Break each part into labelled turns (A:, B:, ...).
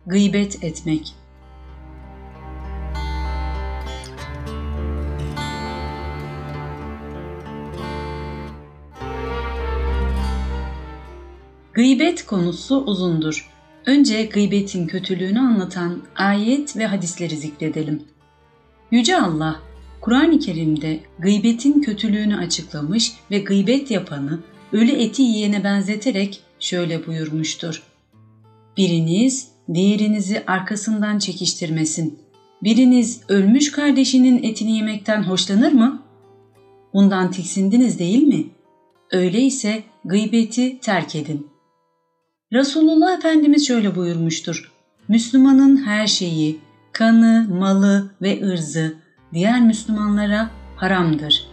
A: Gıybet etmek. Gıybet konusu uzundur. Önce gıybetin kötülüğünü anlatan ayet ve hadisleri zikredelim. Yüce Allah, Kur'an-ı Kerim'de gıybetin kötülüğünü açıklamış ve gıybet yapanı ölü eti yiyene benzeterek şöyle buyurmuştur. Biriniz diğerinizi arkasından çekiştirmesin. Biriniz ölmüş kardeşinin etini yemekten hoşlanır mı? Bundan tiksindiniz değil mi? Öyleyse gıybeti terk edin. Resulullah Efendimiz şöyle buyurmuştur. Müslümanın her şeyi, kanı, malı ve ırzı diğer Müslümanlara haramdır.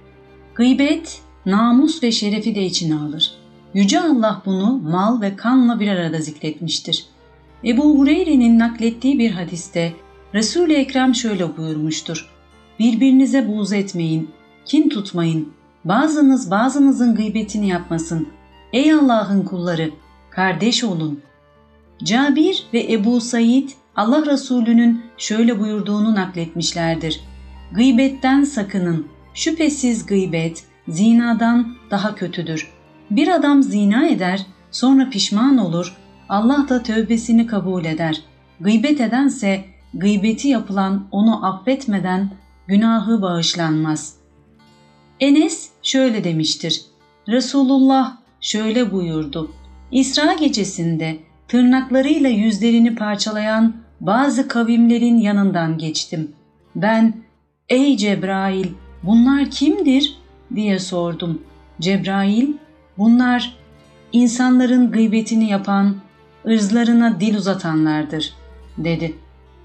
A: Gıybet, namus ve şerefi de içine alır. Yüce Allah bunu mal ve kanla bir arada zikretmiştir. Ebu Hureyre'nin naklettiği bir hadiste Resul-i Ekrem şöyle buyurmuştur. Birbirinize buğz etmeyin, kin tutmayın, bazınız bazınızın gıybetini yapmasın. Ey Allah'ın kulları, kardeş olun. Cabir ve Ebu Said Allah Resulü'nün şöyle buyurduğunu nakletmişlerdir. Gıybetten sakının. Şüphesiz gıybet zinadan daha kötüdür. Bir adam zina eder, sonra pişman olur, Allah da tövbesini kabul eder. Gıybet edense gıybeti yapılan onu affetmeden günahı bağışlanmaz. Enes şöyle demiştir. Resulullah şöyle buyurdu. İsra gecesinde tırnaklarıyla yüzlerini parçalayan bazı kavimlerin yanından geçtim. Ben, ey Cebrail, bunlar kimdir diye sordum. Cebrail, bunlar insanların gıybetini yapan, ırzlarına dil uzatanlardır dedi.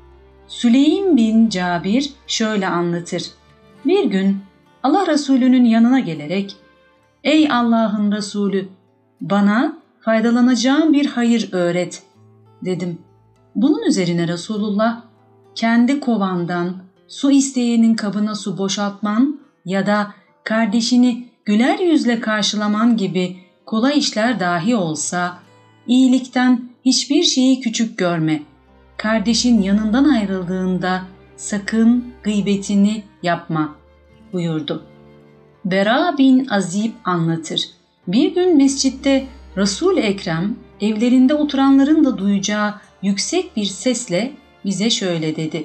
A: Süleym bin Cabir şöyle anlatır. Bir gün Allah Resulü'nün yanına gelerek, ey Allah'ın Resulü, bana faydalanacağım bir hayır öğret dedim. Bunun üzerine Resulullah, kendi kovandan su isteyenin kabına su boşaltman ya da kardeşini güler yüzle karşılaman gibi kolay işler dahi olsa, iyilikten hiçbir şeyi küçük görme. Kardeşin yanından ayrıldığında sakın gıybetini yapma buyurdu. Bera bin Azib anlatır. Bir gün mescitte Resul-i Ekrem evlerinde oturanların da duyacağı yüksek bir sesle bize şöyle dedi.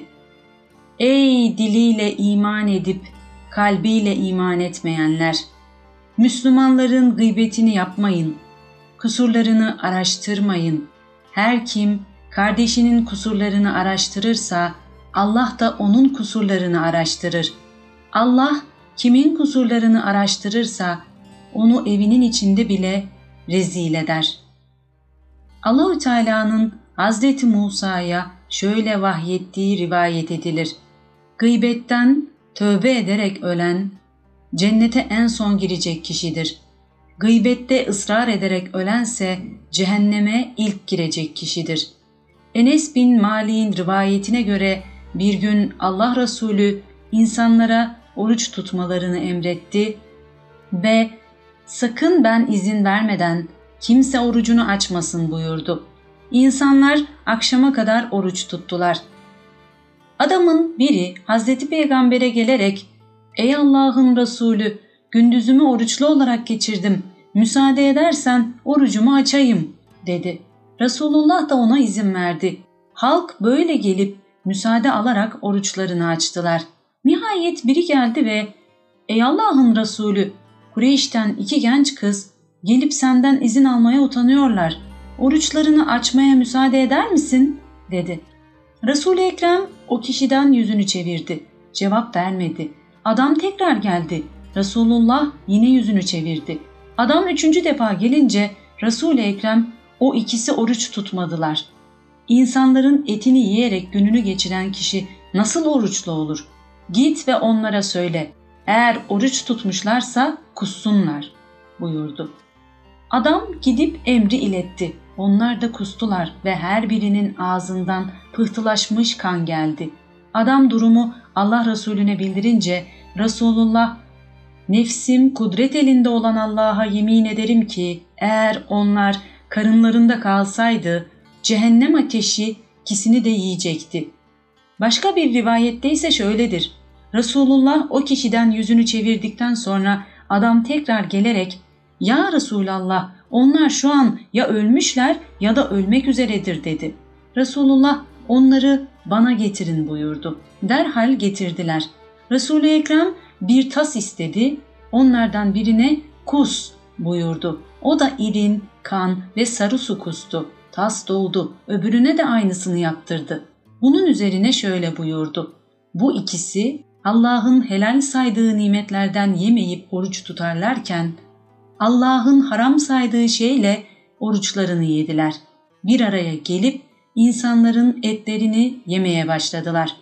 A: Ey diliyle iman edip kalbiyle iman etmeyenler! Müslümanların gıybetini yapmayın, kusurlarını araştırmayın. Her kim kardeşinin kusurlarını araştırırsa Allah da onun kusurlarını araştırır. Allah kimin kusurlarını araştırırsa onu evinin içinde bile rezil eder. Allahü Teala'nın Hazreti Musa'ya şöyle vahyettiği rivayet edilir. Gıybetten tövbe ederek ölen cennete en son girecek kişidir. Gıybette ısrar ederek ölense cehenneme ilk girecek kişidir. Enes bin Malik'in rivayetine göre bir gün Allah Resulü insanlara oruç tutmalarını emretti ve sakın ben izin vermeden kimse orucunu açmasın buyurdu. İnsanlar akşama kadar oruç tuttular. Adamın biri Hazreti Peygamber'e gelerek ''Ey Allah'ın Resulü, gündüzümü oruçlu olarak geçirdim. Müsaade edersen orucumu açayım.'' dedi. Resulullah da ona izin verdi. Halk böyle gelip müsaade alarak oruçlarını açtılar. Nihayet biri geldi ve ''Ey Allah'ın Resulü, Kureyş'ten 2 genç kız gelip senden izin almaya utanıyorlar. Oruçlarını açmaya müsaade eder misin?'' dedi. Resul-i Ekrem o kişiden yüzünü çevirdi. Cevap vermedi. Adam tekrar geldi. Resulullah yine yüzünü çevirdi. Adam 3. defa gelince Resul-i Ekrem o ikisi oruç tutmadılar. İnsanların etini yiyerek gününü geçiren kişi nasıl oruçlu olur? Git ve onlara söyle. Eğer oruç tutmuşlarsa kussunlar buyurdu. Adam gidip emri iletti. Onlar da kustular ve her birinin ağzından pıhtılaşmış kan geldi. Adam durumu Allah Resulüne bildirince Resulullah, "Nefsim kudret elinde olan Allah'a yemin ederim ki eğer onlar karınlarında kalsaydı cehennem ateşi ikisini de yiyecekti. Başka bir rivayette ise şöyledir. Resulullah o kişiden yüzünü çevirdikten sonra adam tekrar gelerek "Ya Resulallah, onlar şu an ya ölmüşler ya da ölmek üzeredir" dedi. Resulullah onları bana getirin buyurdu. Derhal getirdiler. Resul-i Ekrem bir tas istedi. Onlardan birine kus buyurdu. O da irin, kan ve sarı su kustu. Tas doldu. Öbürüne de aynısını yaptırdı. Bunun üzerine şöyle buyurdu. Bu ikisi Allah'ın helal saydığı nimetlerden yemeyip oruç tutarlarken Allah'ın haram saydığı şeyle oruçlarını yediler. Bir araya gelip insanların etlerini yemeye başladılar.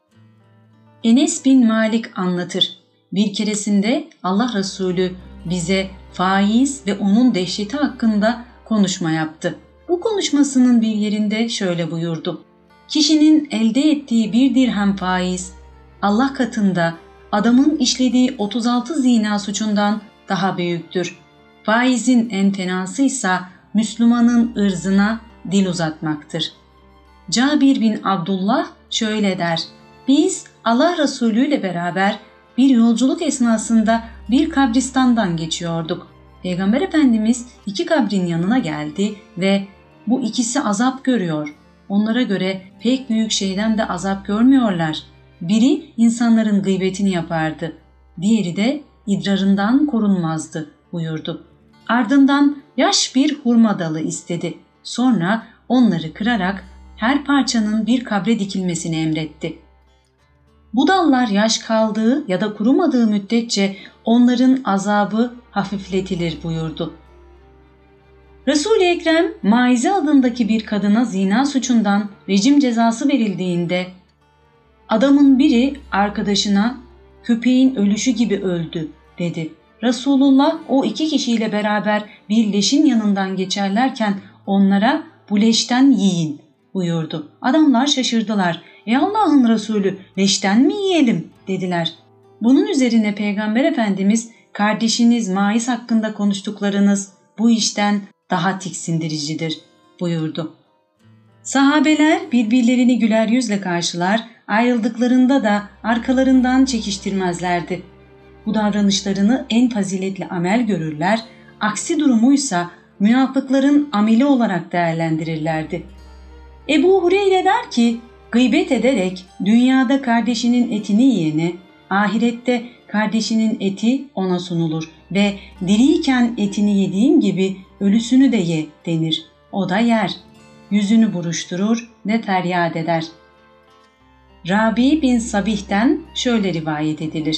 A: Enes bin Malik anlatır. Bir keresinde Allah Resulü bize faiz ve onun dehşeti hakkında konuşma yaptı. Bu konuşmasının bir yerinde şöyle buyurdu. Kişinin elde ettiği 1 dirhem faiz, Allah katında adamın işlediği 36 zina suçundan daha büyüktür. Faizin emtenasıysa Müslümanın ırzına dil uzatmaktır. Cabir bin Abdullah şöyle der. Biz Allah Resulü ile beraber bir yolculuk esnasında bir kabristandan geçiyorduk. Peygamber Efendimiz 2 kabrin yanına geldi ve bu ikisi azap görüyor. Onlara göre pek büyük şeyden de azap görmüyorlar. Biri insanların gıybetini yapardı. Diğeri de idrarından korunmazdı buyurdu. Ardından yaş bir hurma dalı istedi. Sonra onları kırarak her parçanın bir kabre dikilmesini emretti. Bu dallar yaş kaldığı ya da kurumadığı müddetçe onların azabı hafifletilir buyurdu. Resul-i Ekrem Maize adındaki bir kadına zina suçundan rejim cezası verildiğinde adamın biri arkadaşına "Köpeğin ölüşü gibi öldü" dedi. Resulullah o 2 kişiyle beraber bir leşin yanından geçerlerken onlara "Bu leşten yiyin" buyurdu. Adamlar şaşırdılar. "Ey Allah'ın Resulü, leşten mi yiyelim?" dediler. Bunun üzerine Peygamber Efendimiz "Kardeşiniz Maiz hakkında konuştuklarınız bu işten daha tiksindiricidir" buyurdu. Sahabeler birbirlerini güler yüzle karşılar, ayrıldıklarında da arkalarından çekiştirmezlerdi. Bu davranışlarını en faziletli amel görürler, aksi durumuysa münafıkların ameli olarak değerlendirirlerdi. Ebu Hureyre der ki, gıybet ederek dünyada kardeşinin etini yiyene, ahirette kardeşinin eti ona sunulur ve diriyken etini yediğin gibi ölüsünü de ye denir. O da yer. Yüzünü buruşturur ve feryat eder. Rabi bin Sabih'ten şöyle rivayet edilir.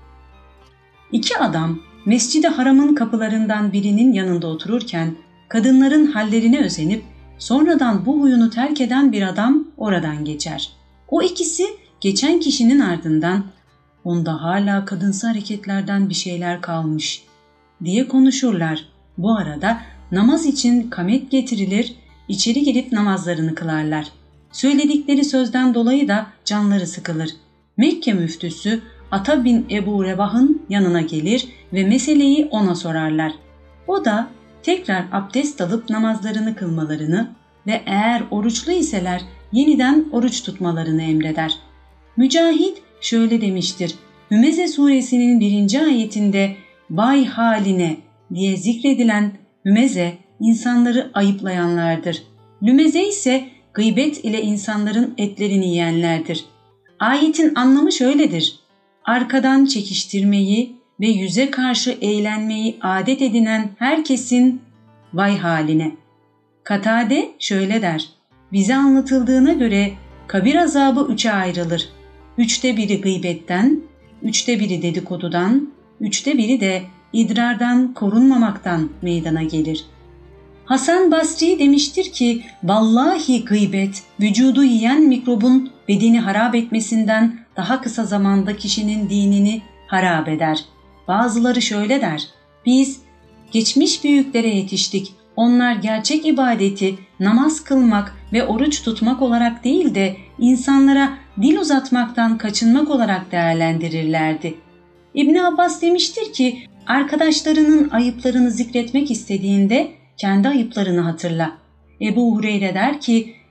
A: 2 adam Mescid-i Haram'ın kapılarından birinin yanında otururken kadınların hallerine özenip sonradan bu huyunu terk eden bir adam oradan geçer. O ikisi geçen kişinin ardından "Onda hala kadınsı hareketlerden bir şeyler kalmış" diye konuşurlar. Bu arada namaz için kamet getirilir, içeri girip namazlarını kılarlar. Söyledikleri sözden dolayı da canları sıkılır. Mekke müftüsü Ata bin Ebu Rebah'ın yanına gelir ve meseleyi ona sorarlar. O da tekrar abdest alıp namazlarını kılmalarını ve eğer oruçlu iseler yeniden oruç tutmalarını emreder. Mücahit şöyle demiştir. Hümeze suresinin 1. ayetinde "Vay haline" diye zikredilen hümeze insanları ayıplayanlardır. Lümeze ise gıybet ile insanların etlerini yiyenlerdir. Ayetin anlamı şöyledir. Arkadan çekiştirmeyi ve yüze karşı eğlenmeyi adet edinen herkesin vay haline. Katade şöyle der. Bize anlatıldığına göre kabir azabı 3'e ayrılır. 3'te biri gıybetten, 3'te biri dedikodudan, 3'te biri de idrardan korunmamaktan meydana gelir. Hasan Basri demiştir ki, vallahi gıybet, vücudu yiyen mikrobun bedeni harap etmesinden daha kısa zamanda kişinin dinini harap eder. Bazıları şöyle der, biz geçmiş büyüklere yetiştik, onlar gerçek ibadeti namaz kılmak ve oruç tutmak olarak değil de insanlara dil uzatmaktan kaçınmak olarak değerlendirirlerdi. İbn Abbas demiştir ki, arkadaşlarının ayıplarını zikretmek istediğinde kendi ayıplarını hatırla. Ebu Hureyre der ki,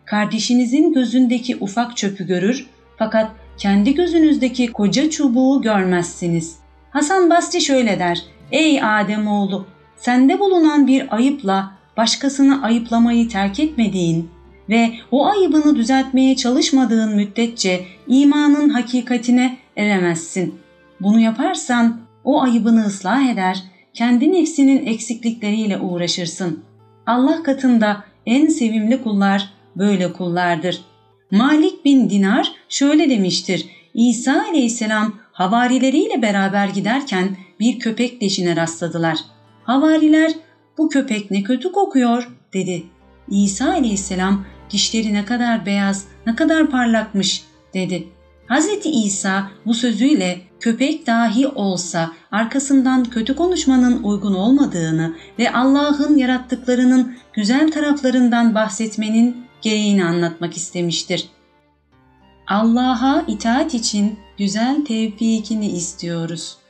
A: kardeşinizin gözündeki ufak çöpü görür fakat kendi gözünüzdeki koca çubuğu görmezsiniz. Hasan Basri şöyle der: Ey Ademoğlu, sende bulunan bir ayıpla başkasını ayıplamayı terk etmediğin ve o ayıbını düzeltmeye çalışmadığın müddetçe imanın hakikatine eremezsin. Bunu yaparsan o ayıbını ıslah eder, kendi nefsinin eksiklikleriyle uğraşırsın. Allah katında en sevimli kullar böyle kullardır. Malik bin Dinar şöyle demiştir: İsa aleyhisselam havarileriyle beraber giderken bir köpek leşine rastladılar. Havariler, bu köpek ne kötü kokuyor dedi. İsa aleyhisselam, dişleri ne kadar beyaz, ne kadar parlakmış dedi. Hazreti İsa bu sözüyle köpek dahi olsa arkasından kötü konuşmanın uygun olmadığını ve Allah'ın yarattıklarının güzel taraflarından bahsetmenin gereğini anlatmak istemiştir. Allah'a itaat için güzel tevfikini istiyoruz.